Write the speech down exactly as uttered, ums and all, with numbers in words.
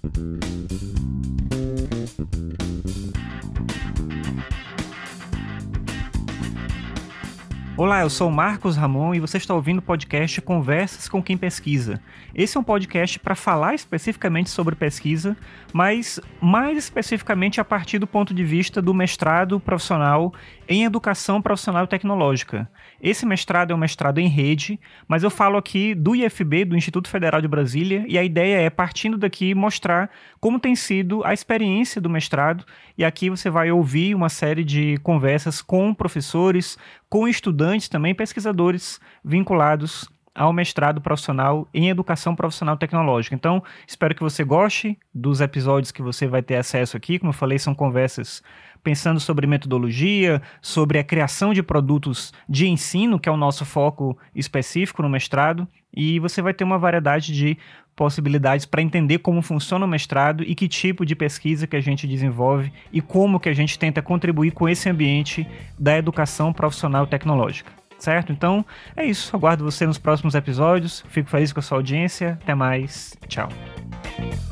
Olá, eu sou o Marcos Ramon e você está ouvindo o podcast Conversas com Quem Pesquisa. Esse é um podcast para falar especificamente sobre pesquisa, mas mais especificamente a partir do ponto de vista do mestrado profissional em Educação Profissional e Tecnológica. Esse mestrado é um mestrado em rede, mas eu falo aqui do I F B, do Instituto Federal de Brasília, e a ideia é, partindo daqui, mostrar como tem sido a experiência do mestrado, e aqui você vai ouvir uma série de conversas com professores, com estudantes também, pesquisadores vinculados ao mestrado profissional em Educação Profissional Tecnológica. Então, espero que você goste dos episódios que você vai ter acesso aqui. Como eu falei, são conversas pensando sobre metodologia, sobre a criação de produtos de ensino, que é o nosso foco específico no mestrado, e você vai ter uma variedade de possibilidades para entender como funciona o mestrado e que tipo de pesquisa que a gente desenvolve e como que a gente tenta contribuir com esse ambiente da educação profissional tecnológica, certo? Então, é isso. Aguardo você nos próximos episódios. Fico feliz com a sua audiência. Até mais. Tchau.